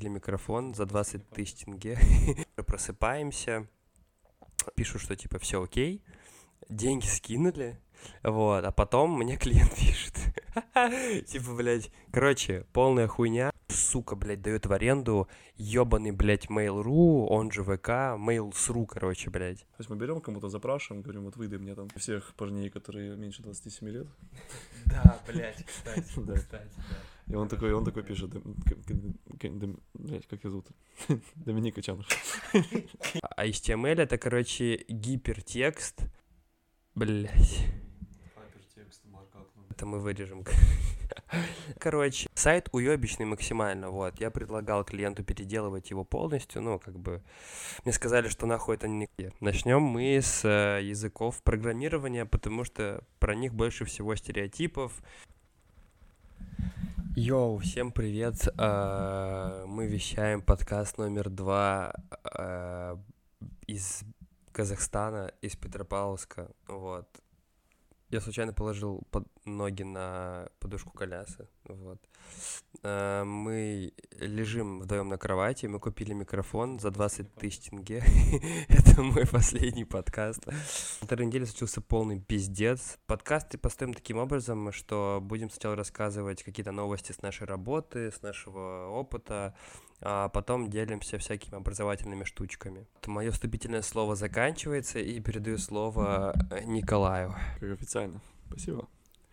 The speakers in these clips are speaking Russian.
купили микрофон за 20 тысяч тенге. Просыпаемся, пишут, что типа все окей, деньги скинули, вот, а потом мне клиент пишет. Типа, блядь, короче, полная хуйня. Сука, блядь, дает в аренду ёбаный, блядь, Mail.ru, он же ВК, Mail.ru, короче, блядь. То есть мы берем кому-то, запрашиваем, говорим, вот выдай мне там всех парней, которые меньше 27 лет. Да, блядь, кстати, Да. да. И он такой пишет, блядь, как его зовут? Доминик Ачанов. А HTML это, короче, гипертекст. Блядь. Это мы вырежем. Короче, сайт уёбищный максимально, вот. Я предлагал клиенту переделывать его полностью, ну, как бы... Мне сказали, что нахуй это нигде. Начнем мы с языков программирования, потому что про них больше всего стереотипов. Йоу, всем привет. Мы вещаем подкаст номер 2 из Казахстана, из Петропавловска, вот. Я случайно положил ноги на подушку колясы, вот. Мы лежим вдвоем на кровати, мы купили микрофон за 20 тысяч тенге. Это мой последний подкаст. На второй неделе случился полный пиздец. Подкасты построим таким образом, что будем сначала рассказывать какие-то новости с нашей работы, с нашего опыта, а потом делимся всякими образовательными штучками. Мое вступительное слово заканчивается, и передаю слово Николаю. Как официально. Спасибо.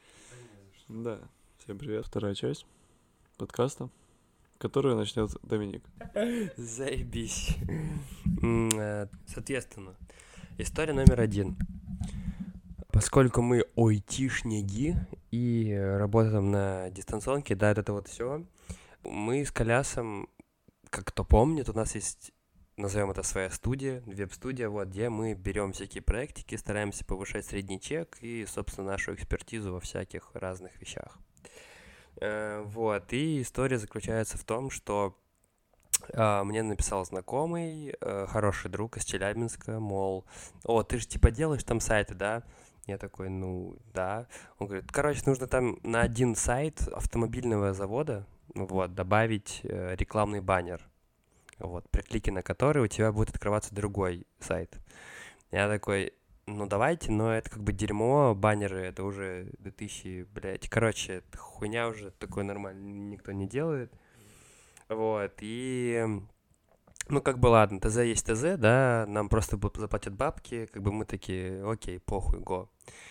Да. Всем привет. Вторая часть подкаста, которую начнет Доминик. Заебись. Соответственно, история номер 1. Поскольку мы айтишники и работаем на дистанционке, да, это вот все, мы с Колясом, как кто помнит, у нас есть, назовем это, своя студия, веб-студия, вот, где мы берем всякие проектики, стараемся повышать средний чек и, собственно, нашу экспертизу во всяких разных вещах. Вот, и история заключается в том, что мне написал знакомый, хороший друг из Челябинска, мол, о, ты же типа делаешь там сайты, да? Я такой, ну, да. Он говорит, короче, нужно там на один сайт автомобильного завода, вот, добавить рекламный баннер, вот, при клике на который у тебя будет открываться другой сайт. Я такой, ну, давайте, но это как бы дерьмо, баннеры, это уже 2000, блядь, короче, хуйня уже такой нормально никто не делает. Вот, и, ну, как бы, ладно, ТЗ есть ТЗ, да, нам просто заплатят бабки, как бы мы такие, окей, похуй, го.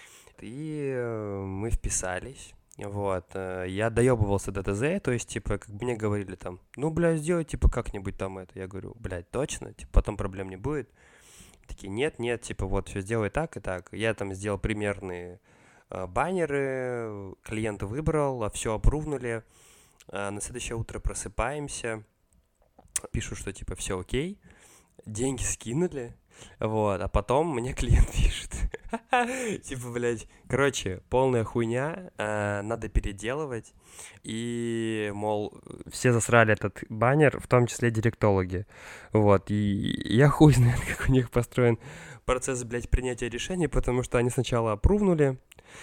И мы вписались, вот, я доебывался до ТЗ, то есть, типа, как бы мне говорили там, ну, блядь, сделай, типа, как-нибудь там это, я говорю, блядь, точно, типа, потом проблем не будет. Такие, нет, типа, вот, все сделай так и так. Я там сделал примерные баннеры, клиента выбрал, все опрувнули. На следующее утро просыпаемся, пишут, что типа все окей, деньги скинули, вот, а потом мне клиент пишет. Типа, блядь, короче, полная хуйня, надо переделывать, и, мол, все засрали этот баннер, в том числе директологи, вот, и я хуй знает, как у них построен процесс, блядь, принятия решений, потому что они сначала опрувнули,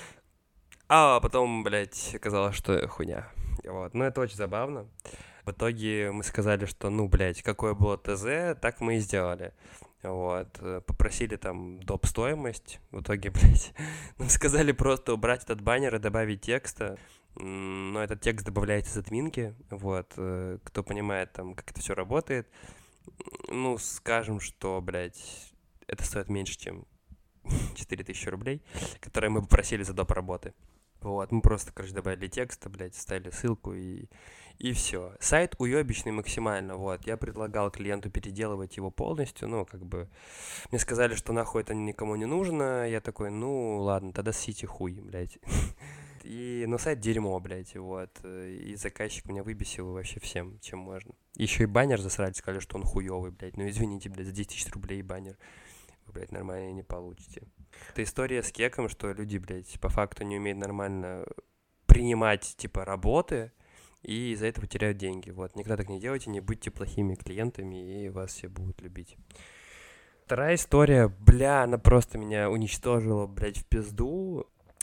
а потом, блядь, оказалось, что хуйня. Вот, ну это очень забавно. В итоге мы сказали, что, ну, блядь, какое было ТЗ, так мы и сделали. Вот, попросили там доп. Стоимость. В итоге, блядь, нам сказали просто убрать этот баннер и добавить текста. Но этот текст добавляется из админки. Вот, кто понимает там, как это все работает. Ну, скажем, что, блядь, это стоит меньше, чем 4000 рублей, которые мы попросили за доп. Работы. Вот, мы просто, короче, добавили текста, блядь, вставили ссылку и все. Сайт уёбищный максимально, вот. Я предлагал клиенту переделывать его полностью, ну, как бы... Мне сказали, что нахуй это никому не нужно. Я такой, ну, ладно, тогда ссите хуй, блядь. Ну, сайт дерьмо, блядь, вот. И заказчик меня выбесил вообще всем, чем можно. Еще и баннер засрали, сказали, что он хуёвый, блядь. Ну, извините, блядь, за 10 тысяч рублей баннер. Вы, блядь, нормально не получите. Это история с кеком, что люди, блядь, по факту не умеют нормально принимать, типа, работы, и из-за этого теряют деньги. Вот, никогда так не делайте, не будьте плохими клиентами, и вас все будут любить. Вторая история, бля, она просто меня уничтожила, блядь, в пизду.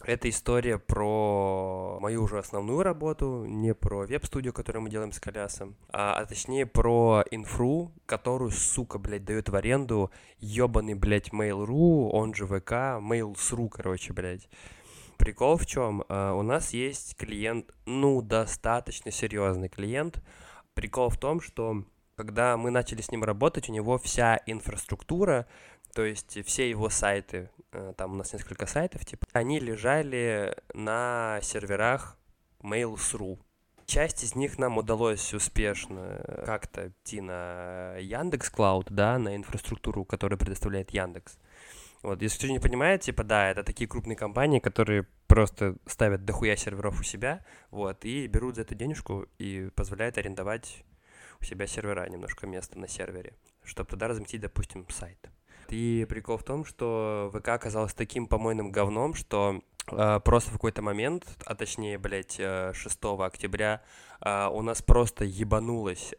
Это история про мою уже основную работу, не про веб-студию, которую мы делаем с Колясом, а точнее про инфру, которую, сука, блядь, дает в аренду ёбаный, блядь, Mail.ru, он же ВК, Mail.ru, короче, блядь. Прикол в чем? У нас есть клиент, ну, достаточно серьезный клиент. Прикол в том, что когда мы начали с ним работать, у него вся инфраструктура, то есть все его сайты, там у нас несколько сайтов, типа, они лежали на серверах Mail.ru. Часть из них нам удалось успешно как-то идти на Яндекс.Клауд, да, на инфраструктуру, которую предоставляет Яндекс. Вот, если кто не понимает, типа, да, это такие крупные компании, которые просто ставят дохуя серверов у себя, вот, и берут за это денежку и позволяют арендовать у себя сервера, немножко места на сервере, чтобы туда разместить, допустим, сайт. И прикол в том, что ВК оказалось таким помойным говном, что просто в какой-то момент, а точнее, блядь, 6 октября, у нас просто ебанулась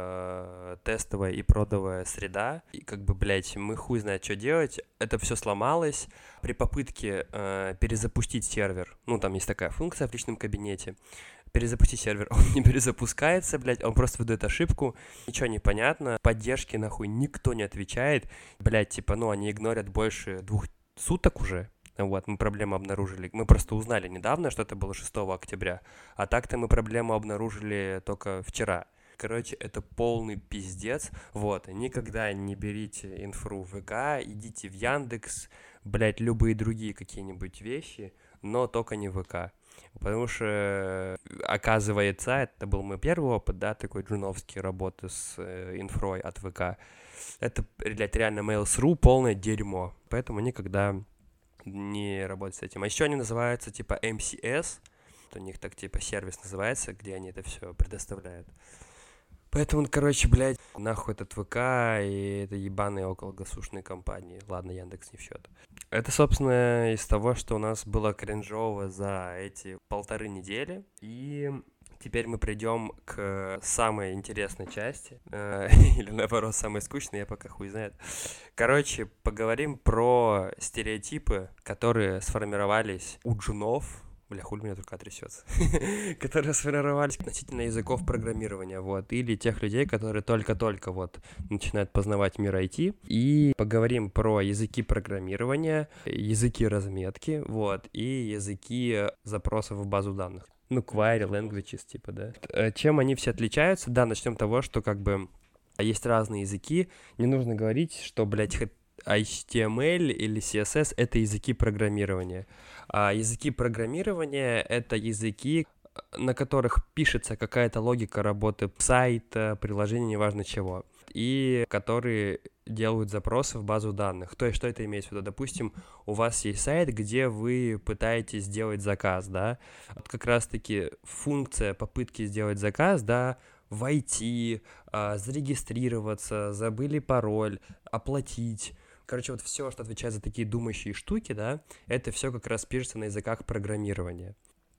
тестовая и продовая среда. И как бы, блядь, мы хуй знает, что делать. Это все сломалось. При попытке перезапустить сервер, ну, там есть такая функция в личном кабинете, перезапустить сервер, он не перезапускается, блядь, он просто выдает ошибку, ничего не понятно, поддержки нахуй никто не отвечает, блядь, типа, ну, они игнорят больше 2 суток уже. Вот, мы проблему обнаружили. Мы просто узнали недавно, что это было 6 октября, а так-то мы проблему обнаружили только вчера. Короче, это полный пиздец. Вот, никогда не берите инфру в ВК, идите в Яндекс, блядь, любые другие какие-нибудь вещи, но только не в ВК. Потому что, оказывается, это был мой первый опыт, да, такой джуновский работы с инфрой от ВК. Это, блядь, реально Mail.ru полное дерьмо. Поэтому никогда не работать с этим. А еще они называются типа MCS, у них так типа сервис называется, где они это все предоставляют. Поэтому, короче, блядь, нахуй этот ВК и это ебаные окологосушные компании. Ладно, Яндекс не в счет. Это, собственно, из того, что у нас было кринжово за эти 1,5 недели. И теперь мы придем к самой интересной части. Или, наоборот, самой скучной, я пока хуй знает. Короче, поговорим про стереотипы, которые сформировались у джунов. Бля, хуй меня только трясется. Которые сформировались относительно языков программирования, вот. Или тех людей, которые только-только вот начинают познавать мир IT. И поговорим про языки программирования, языки разметки, вот. И языки запросов в базу данных. Ну, query, languages, типа, да. Чем они все отличаются? Да, начнем с того, что как бы есть разные языки. Не нужно говорить, что, блядь, HTML или CSS — это языки программирования. А языки программирования — это языки, на которых пишется какая-то логика работы сайта, приложения, неважно чего, и которые делают запросы в базу данных. То есть, что это имеется в виду? Допустим, у вас есть сайт, где вы пытаетесь сделать заказ, да? Вот как раз-таки функция попытки сделать заказ, да, войти, зарегистрироваться, забыли пароль, оплатить. Короче, вот все, что отвечает за такие думающие штуки, да, это все как раз пишется на языках программирования.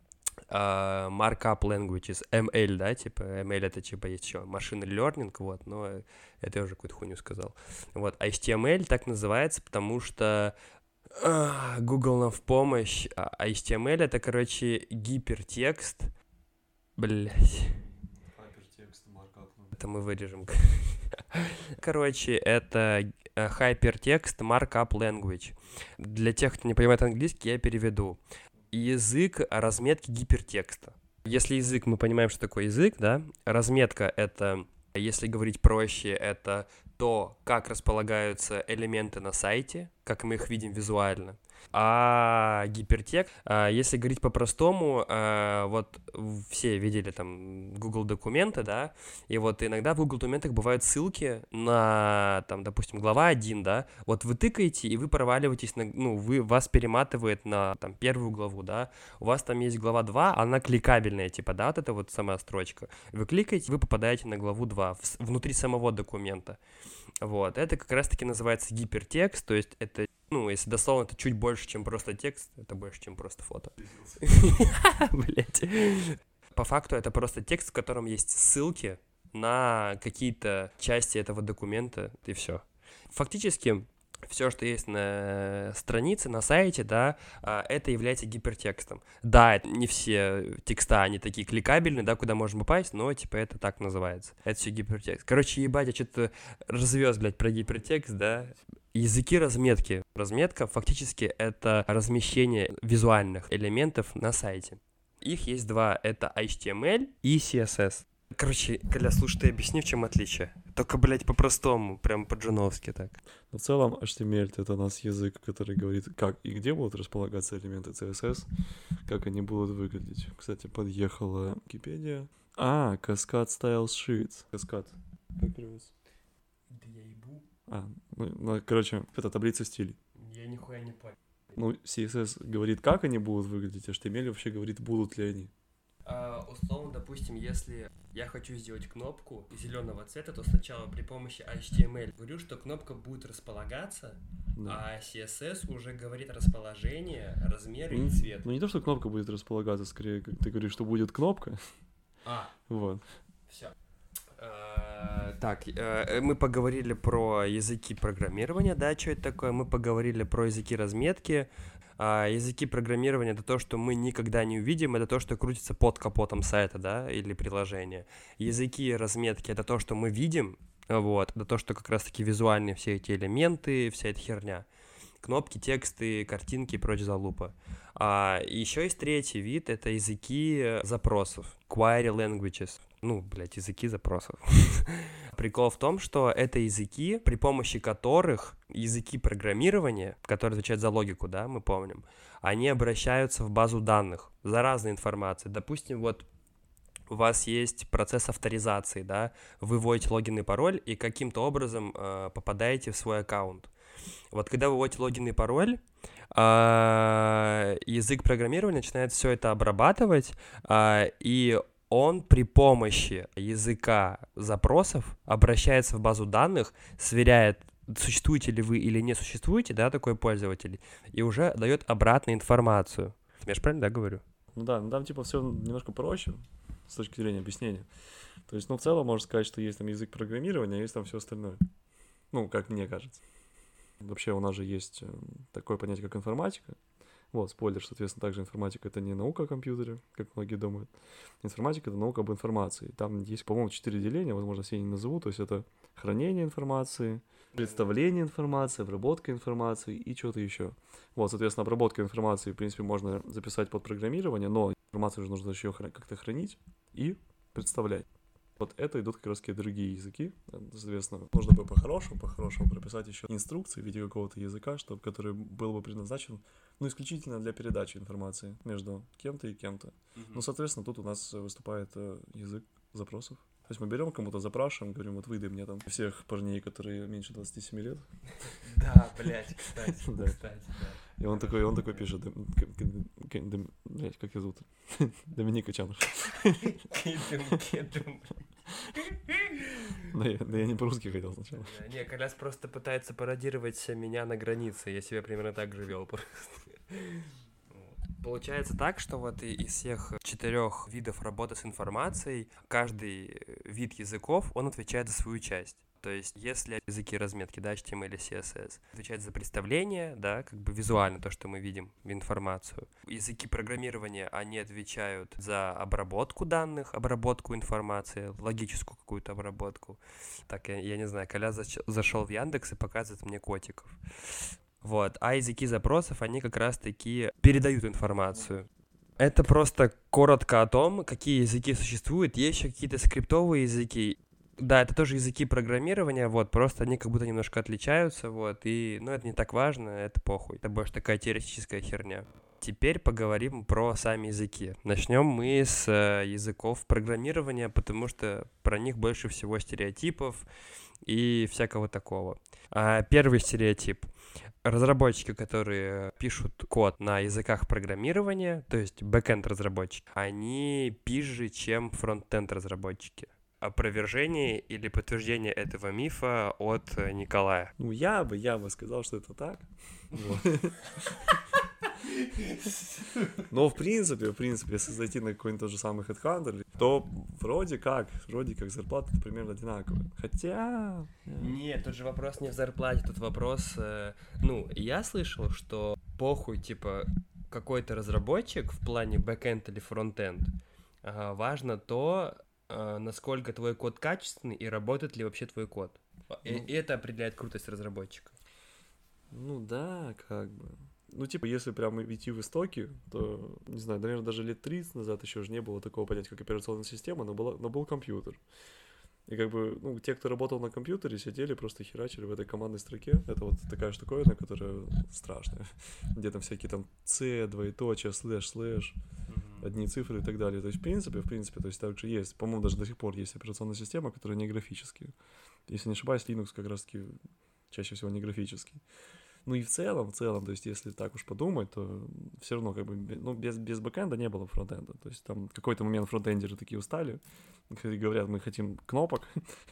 Markup languages, ML, да, типа, ML это типа есть еще machine learning, вот, но это я уже какую-то хуйню сказал. Вот, а HTML так называется, потому что Google нам в помощь. А HTML это, короче, гипертекст, блять. Это мы вырежем. Короче, это Hypertext Markup Language. Для тех, кто не понимает английский, я переведу. Язык разметки гипертекста. Если язык, мы понимаем, что такое язык, да? Разметка — это, если говорить проще, это то, как располагаются элементы на сайте, как мы их видим визуально. А гипертекст, если говорить по-простому, вот все видели там Google документы, да, и вот иногда в Google документах бывают ссылки на, там, допустим, глава 1, да, вот вы тыкаете, и вы проваливаетесь, вас перематывает на, там, первую главу, да, у вас там есть глава 2, она кликабельная, типа, да, вот эта вот сама строчка, вы кликаете, вы попадаете на главу 2 внутри самого документа, вот, это как раз-таки называется гипертекст, то есть это, если дословно, это чуть больше, чем просто текст, это больше, чем просто фото. Блять. По факту это просто текст, в котором есть ссылки на какие-то части этого документа, и все. Фактически все, что есть на странице, на сайте, да, это является гипертекстом. Да, это не все текста, они такие кликабельные, да, куда можно попасть, но, типа, это так называется. Это все гипертекст. Короче, ебать, я что-то развез, блядь, про гипертекст, да. Языки разметки. Разметка фактически это размещение визуальных элементов на сайте. Их есть два, это HTML и CSS. Короче, Коля, слушай, ты объясни, в чем отличие. Только, блядь, по-простому, прям по-джуновски так. Но в целом HTML — это у нас язык, который говорит, как и где будут располагаться элементы CSS, как они будут выглядеть. Кстати, подъехала Википедия. Cascade Style Sheets. Каскад. Как переводится? Да я ебу. Короче, это таблица стилей. Я нихуя не понял. Ну, CSS говорит, как они будут выглядеть, а HTML вообще говорит, будут ли они. Условно, допустим, если я хочу сделать кнопку зеленого цвета, то сначала при помощи HTML говорю, что кнопка будет располагаться, Да. а CSS уже говорит расположение, размер и цвет. Ну, не то, что кнопка будет располагаться, скорее, как ты говоришь, что будет кнопка. Вот. Все. Так, мы поговорили про языки программирования, да, что это такое, мы поговорили про языки разметки. Языки программирования — это то, что мы никогда не увидим, это то, что крутится под капотом сайта, да, или приложения. Языки разметки — это то, что мы видим, вот, это то, что как раз-таки визуальные все эти элементы, вся эта херня. Кнопки, тексты, картинки и прочая залупа. Еще есть третий вид — это языки запросов, query languages. Языки запросов. Прикол в том, что это языки, при помощи которых языки программирования, которые отвечают за логику, да, мы помним, они обращаются в базу данных за разной информацией. Допустим, вот у вас есть процесс авторизации, да, вы вводите логин и пароль и каким-то образом попадаете в свой аккаунт. Вот когда вы вводите логин и пароль, язык программирования начинает все это обрабатывать, и он при помощи языка запросов обращается в базу данных, сверяет, существуете ли вы или не существуете, да, такой пользователь, и уже дает обратную информацию. Я же правильно, да, говорю? Ну да, там типа все немножко проще с точки зрения объяснения. То есть, в целом можно сказать, что есть там язык программирования, а есть там все остальное. Как мне кажется. Вообще у нас же есть такое понятие, как информатика. Вот, спойлер, соответственно, также информатика — это не наука о компьютере, как многие думают. Информатика — это наука об информации. Там есть, по-моему, 4 деления, возможно, все я не назову. То есть это хранение информации, представление информации, обработка информации и что-то еще. Вот, соответственно, обработка информации, в принципе, можно записать под программирование, но информацию же нужно еще как-то хранить и представлять. Вот это идут как раз таки другие языки. Соответственно, нужно бы по-хорошему прописать еще инструкции в виде какого-то языка, который был бы предназначен, исключительно для передачи информации между кем-то и кем-то. Соответственно, тут у нас выступает язык запросов. То есть мы берем кому-то, запрашиваем, говорим, вот выдай мне там всех парней, которые меньше 27 лет. Да, блядь, кстати, да. И он такой пишет, блядь, как его зовут? Доминик Качанов. Да я не по-русски хотел сначала. Не, Коляс просто пытается пародировать меня на границе, я себя примерно так же вел просто. Получается так, что вот из всех 4 видов работы с информацией, каждый вид языков, он отвечает за свою часть. То есть, если языки разметки, да, HTML или CSS, отвечают за представление, да, как бы визуально то, что мы видим в информацию. Языки программирования, они отвечают за обработку данных, обработку информации, логическую какую-то обработку. Так, я не знаю, Коля зашел в Яндекс и показывает мне котиков. Вот, а языки запросов, они как раз-таки передают информацию. Это просто коротко о том, какие языки существуют. Есть еще какие-то скриптовые языки. Да, это тоже языки программирования, вот, просто они как будто немножко отличаются, вот, и, это не так важно, это похуй. Это больше такая теоретическая херня. Теперь поговорим про сами языки. Начнем мы с языков программирования, потому что про них больше всего стереотипов и всякого такого. Первый стереотип. Разработчики, которые пишут код на языках программирования, то есть бэкэнд разработчики, они пизже, чем фронтенд разработчики. Опровержение или подтверждение этого мифа от Николая? Я бы сказал, что это так. Но в принципе, если зайти на какой-нибудь тот же самый HeadHunter, то вроде как зарплата примерно одинаковая. Хотя... Нет, тут же вопрос не в зарплате, тут вопрос... я слышал, что похуй, типа, какой-то разработчик в плане бэкэнд или фронтенд, важно то, насколько твой код качественный и работает ли вообще твой код. И это определяет крутость разработчика. Ну да, как бы. Ну, типа, если прямо идти в истоки, то, не знаю, наверное, даже лет 30 назад еще же не было такого понятия, как операционная система, но был компьютер. И как бы, те, кто работал на компьютере, сидели, просто херачили в этой командной строке. Это вот такая штуковина, которая страшная. Где там всякие там C, двоеточие, слэш, одни цифры и так далее. То есть, в принципе, то есть так же есть. По-моему, даже до сих пор есть операционная система, которая не графические. Если не ошибаюсь, Linux как раз-таки чаще всего не графический. Ну и в целом, то есть если так уж подумать, то все равно как бы, без бэкэнда не было фронтенда. То есть там в какой-то момент фронтендеры такие устали, и говорят, мы хотим кнопок,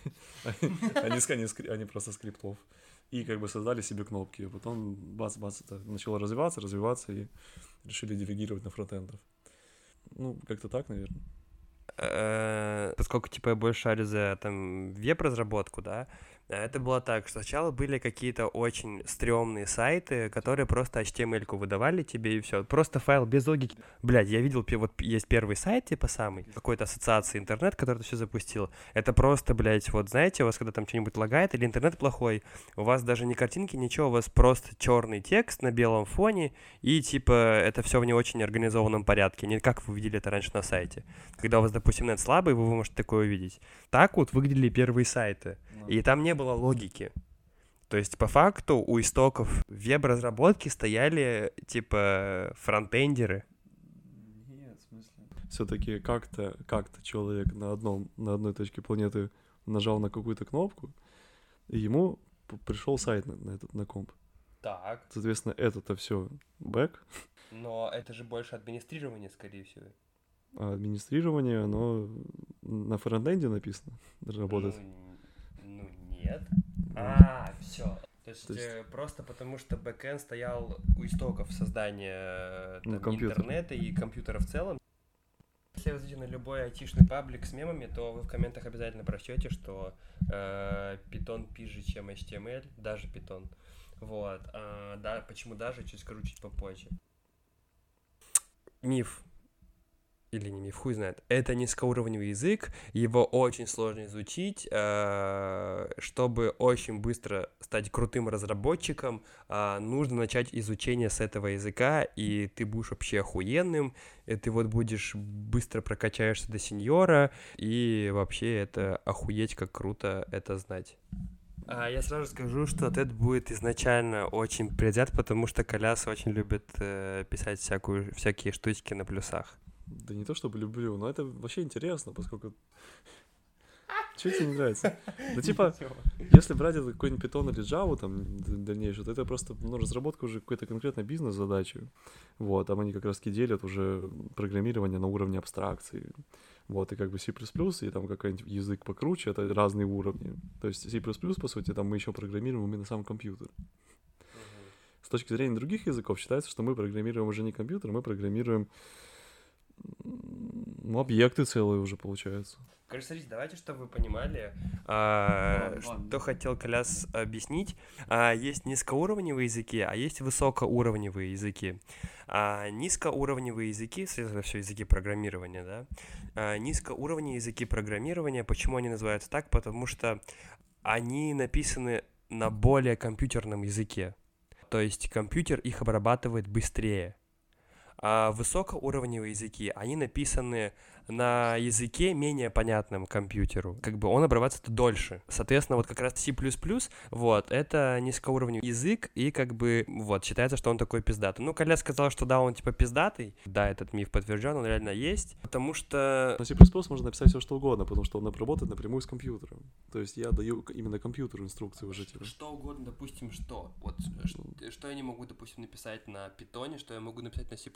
они просто скриптов. И как бы создали себе кнопки, а потом бац, это начало развиваться, и решили делегировать на фронтендов. Ну, как-то так, наверное. Поскольку, типа, я больше шарю за, там, веб-разработку, да, это было так, что сначала были какие-то очень стрёмные сайты, которые просто HTML-ку выдавали тебе, и все. Просто файл без логики. Блядь, я видел, вот есть первый сайт, типа, самый, какой-то ассоциации интернет, который ты все запустил. Это просто, блядь, вот знаете, у вас когда там что-нибудь лагает или интернет плохой, у вас даже не картинки, ничего, у вас просто черный текст на белом фоне, и, типа, это все в не очень организованном порядке, не как вы видели это раньше на сайте. Когда у вас, допустим, нет слабый, вы можете такое увидеть. Так вот выглядели первые сайты. И там не было логики. То есть, по факту, у истоков веб-разработки стояли, типа, фронтендеры. Нет, в смысле? Все-таки как-то человек на одной точке планеты нажал на какую-то кнопку, и ему пришел сайт на комп. Так. Соответственно, это-то все бэк. Но это же больше администрирование, скорее всего. А администрирование, оно на фронтенде написано, работает. Ну нет. Все. То есть просто потому, что бэкэнд стоял у истоков создания интернета и компьютера в целом. Если вы зайдете на любой айтишный паблик с мемами, то вы в комментах обязательно прочтете, что Python пизже, чем HTML, даже Python. Вот. Да, почему даже, чуть скажу чуть попозже. Миф. Или не миф, хуй знает. Это низкоуровневый язык, его очень сложно изучить. Чтобы очень быстро стать крутым разработчиком, нужно начать изучение с этого языка, и ты будешь вообще охуенным, и ты вот будешь быстро прокачаешься до сеньора, и вообще это охуеть как круто это знать. Я сразу скажу, что Тед будет изначально очень предвзят, потому что Коляс очень любит писать всякие штучки на плюсах. Да не то чтобы люблю, но это вообще интересно, поскольку... Чего тебе не нравится? Ну, типа, если брать это какой-нибудь Python или Java, там, дальнейшее, то это просто, разработка уже какой-то конкретной бизнес-задачи. Вот, там они как раз-таки делят уже программирование на уровне абстракции. Вот, и как бы C++, и там какой-нибудь язык покруче, это разные уровни. То есть C++, по сути, там мы еще программируем именно сам компьютер. С точки зрения других языков считается, что мы программируем уже не компьютер, мы программируем объекты целые уже, получается. Короче, смотрите, давайте, чтобы вы понимали, что хотел Коляс объяснить. Есть низкоуровневые языки, а есть высокоуровневые языки. Низкоуровневые языки, следовательно, все языки программирования, да? Низкоуровневые языки программирования, почему они называются так? Потому что они написаны на более компьютерном языке. То есть компьютер их обрабатывает быстрее. А высокоуровневые языки, они написаны на языке менее понятном компьютеру. Как бы он обрабатывается дольше. Соответственно, вот как раз C++, вот, это низкоуровневый язык, и как бы, вот, считается, что он такой пиздатый. Ну, Коля сказал, что да, он типа пиздатый. Да, этот миф подтвержден, он реально есть. Потому что... На C++ можно написать все что угодно, потому что он работает напрямую с компьютером. То есть я даю именно компьютеру инструкции уже. Типа. Что угодно, допустим, что? Вот, что я не могу, допустим, написать на Python, что я могу написать на C++?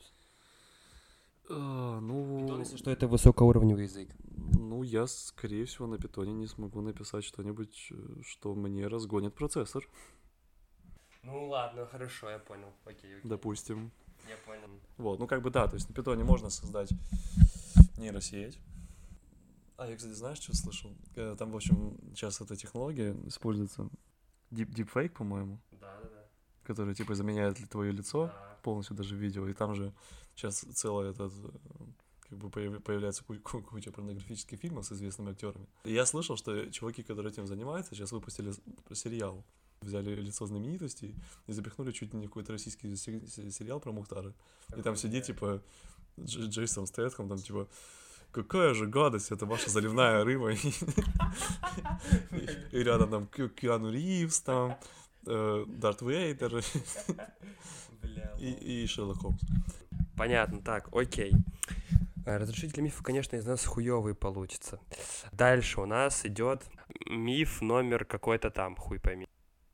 Python, если что, это высокоуровневый язык. Ну, я, скорее всего, на Python не смогу написать что-нибудь, что мне разгонит процессор. Ну, ладно, хорошо, я понял. Окей. Допустим. Я понял. Вот, ну как бы да, то есть на питоне можно создать нейросеть. Я, кстати, знаешь, что слышал? Там, в общем, сейчас эта технология используется, deepfake, по-моему, Да. который, типа, заменяет твое лицо, Да. полностью даже видео, и там же сейчас целый этот, как бы появляется куча порнографических фильмов с известными актерами. И я слышал, что чуваки, которые этим занимаются, сейчас выпустили сериал. Взяли лицо знаменитостей и запихнули чуть ли не какой-то российский сериал про Мухтара. И там сидит, типа, Джейсон Стэтхэм, там, типа, какая же гадость, это ваша заливная рыба. И рядом там Киану Ривз, там, Дарт Вейдер и Шерлок Холмс. Понятно, так, окей. Разрушитель мифов, конечно, из нас хуёвый получится. Дальше у нас идет миф номер какой-то там, хуй пойми.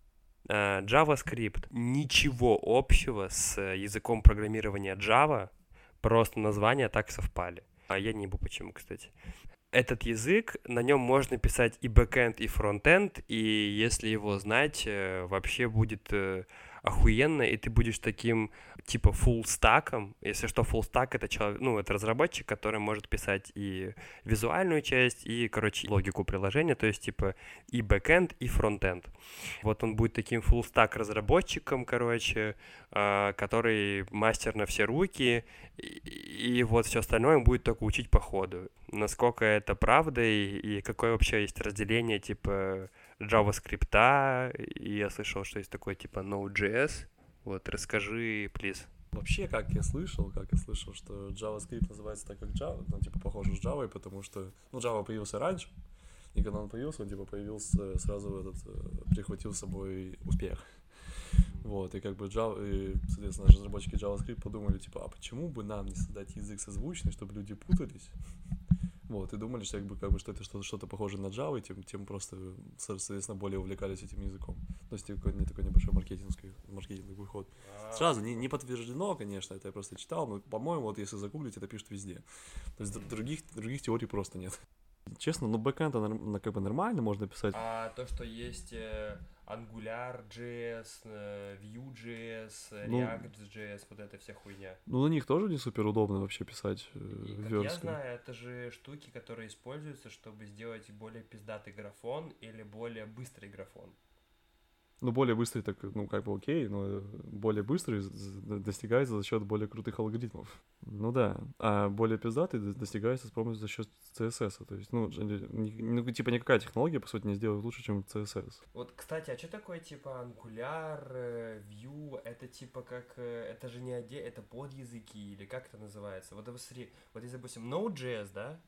JavaScript. Ничего общего с языком программирования Java, просто названия так совпали. Я не ебу почему, кстати. Этот язык, на нем можно писать и бэкэнд, и фронтенд, и если его знать, вообще будет охуенно, и ты будешь таким, типа, фуллстаком. Если что, фуллстак — это человек, ну, это разработчик, который может писать и визуальную часть, и, короче, логику приложения, то есть, типа, и бэкэнд, и фронтенд. Вот он будет таким фуллстак разработчиком, короче, который мастер на все руки, и вот все остальное он будет только учить по ходу. Насколько это правда, и какое вообще есть разделение, типа, JavaScript, и я слышал, что есть такой, типа, Node.js. Вот, расскажи, please. Вообще, как я слышал, что JavaScript называется так, как Java, ну, типа, похоже с Java, потому что, ну, Java появился раньше, и когда он появился, появился сразу прихватил с собой успех. Вот, и как бы Java, и, соответственно, разработчики JavaScript подумали, типа, а почему бы нам не создать язык созвучный, чтобы люди путались? Вот, и думали, что что это что-то похожее на Java, и тем просто, соответственно, более увлекались этим языком. То есть не такой небольшой маркетинговый ход. Сразу не подтверждено, конечно, это я просто читал, но, по-моему, вот если загуглить, это пишут везде. То есть других теорий просто нет. Честно, ну бэкэнд как бы нормально можно писать. А то, что есть Angular.js, Vue.js, React.js, вот эта вся хуйня. Ну, на них тоже не супер удобно вообще писать верстку. Я знаю, это же штуки, которые используются, чтобы сделать более пиздатый графон или более быстрый графон. Ну, более быстрый, так, ну, как бы окей, но более быстрый достигается за счет более крутых алгоритмов. Ну да, а более пиздатый достигается за счет CSS. То есть, типа никакая технология, по сути, не сделает лучше, чем CSS. Вот, кстати, а что такое, типа, Angular, Vue, это типа как, это же не это подязыки, или как это называется? Вот смотри, вот если, допустим, Node.js, да?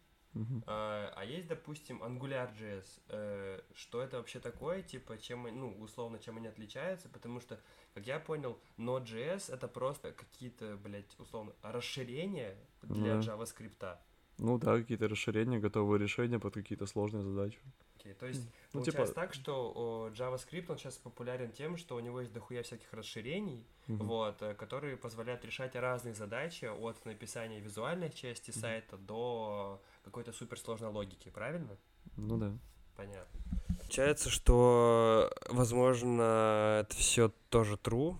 А есть, допустим, Angular.js. Что это вообще такое? Типа, условно, чем они отличаются? Потому что, как я понял, Node.js это просто какие-то, условно, расширения для JavaScript. Ну да, какие-то расширения, готовые решения под какие-то сложные задачи. Okay, то есть, получается так, что JavaScript, он сейчас популярен тем, что у него есть дохуя всяких расширений, которые позволяют решать разные задачи от написания визуальной части сайта до какой-то суперсложной логики, правильно? Ну да. Понятно. Получается, что, возможно, это все тоже true,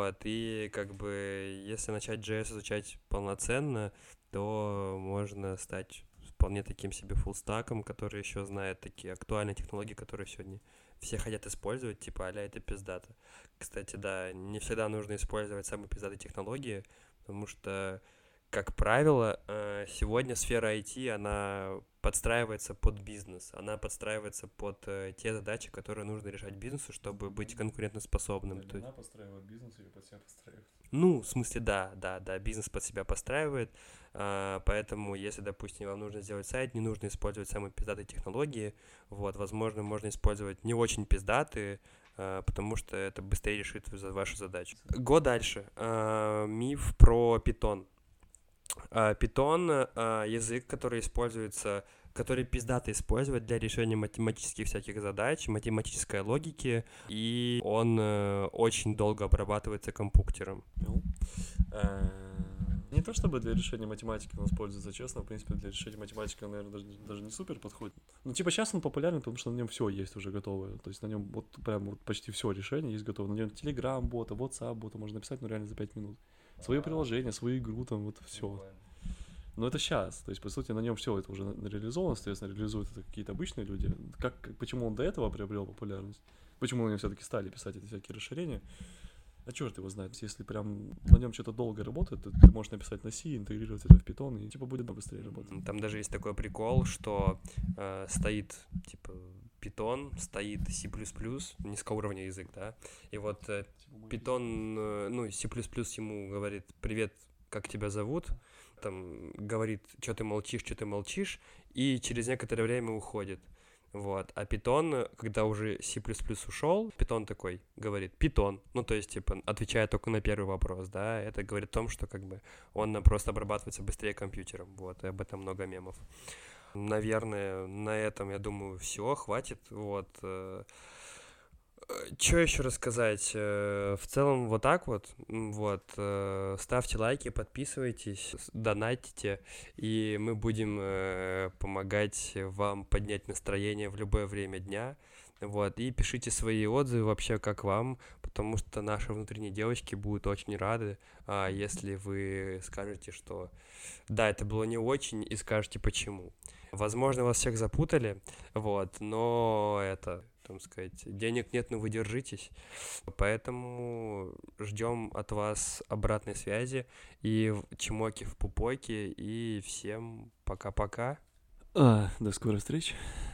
и как бы, если начать JS изучать полноценно, то можно стать вполне таким себе фуллстаком, который еще знает такие актуальные технологии, которые сегодня все хотят использовать, типа а-ля это пиздато. Кстати, да, не всегда нужно использовать самые пиздатые технологии, потому что, как правило, сегодня сфера IT, она подстраивается под бизнес, она подстраивается под те задачи, которые нужно решать бизнесу, чтобы быть конкурентоспособным. Она подстраивает бизнес, ее под себя подстраивает. Ну, в смысле, да, бизнес под себя подстраивает, поэтому, если, допустим, вам нужно сделать сайт, не нужно использовать самые пиздатые технологии, возможно, можно использовать не очень пиздатые, потому что это быстрее решит вашу задачу. Го дальше. Миф про Python. Python — язык, который пиздато использовать для решения математических всяких задач, математической логики, и он очень долго обрабатывается компьютером. Не то чтобы для решения математики он используется, честно, в принципе, для решения математики он, наверное, даже не супер подходит. Ну, типа, сейчас он популярен, потому что на нем все есть уже готовое. То есть на нем вот прям вот почти все решение есть готово. На нем Telegram-бота, WhatsApp-бота можно написать, ну, реально за 5 минут. Свое приложение, свою игру, там, вот все. Но это сейчас. То есть, по сути, на нем все это уже реализовано, соответственно, реализуют это какие-то обычные люди. Почему он до этого приобрел популярность? Почему они все-таки стали писать эти всякие расширения? А черт его знает, если прям на нем что-то долго работает, то ты можешь написать на C, интегрировать это в Python, и типа будет быстрее работать. Там даже есть такой прикол, что стоит типа Python, стоит C++, низкоуровневый язык, да, и вот Python, ну, C++ ему говорит: привет, как тебя зовут, там говорит, что ты молчишь, и через некоторое время уходит. Вот. А Python, когда уже C++ ушел, Python такой говорит Python. Ну, то есть, типа, отвечая только на первый вопрос, да, это говорит о том, что, как бы, он просто обрабатывается быстрее компьютером. Вот, и об этом много мемов. Наверное, на этом, я думаю, все, хватит. Вот. Что еще рассказать? В целом вот так вот. Вот. Ставьте лайки, подписывайтесь, донатите, и мы будем помогать вам поднять настроение в любое время дня. Вот. И пишите свои отзывы вообще, как вам, потому что наши внутренние девочки будут очень рады, если вы скажете, что да, это было не очень, и скажете почему. Возможно, вас всех запутали, вот, но это, там сказать, денег нет, но вы держитесь. Поэтому ждем от вас обратной связи и чмоки в пупоке. И всем пока-пока. До скорой встречи.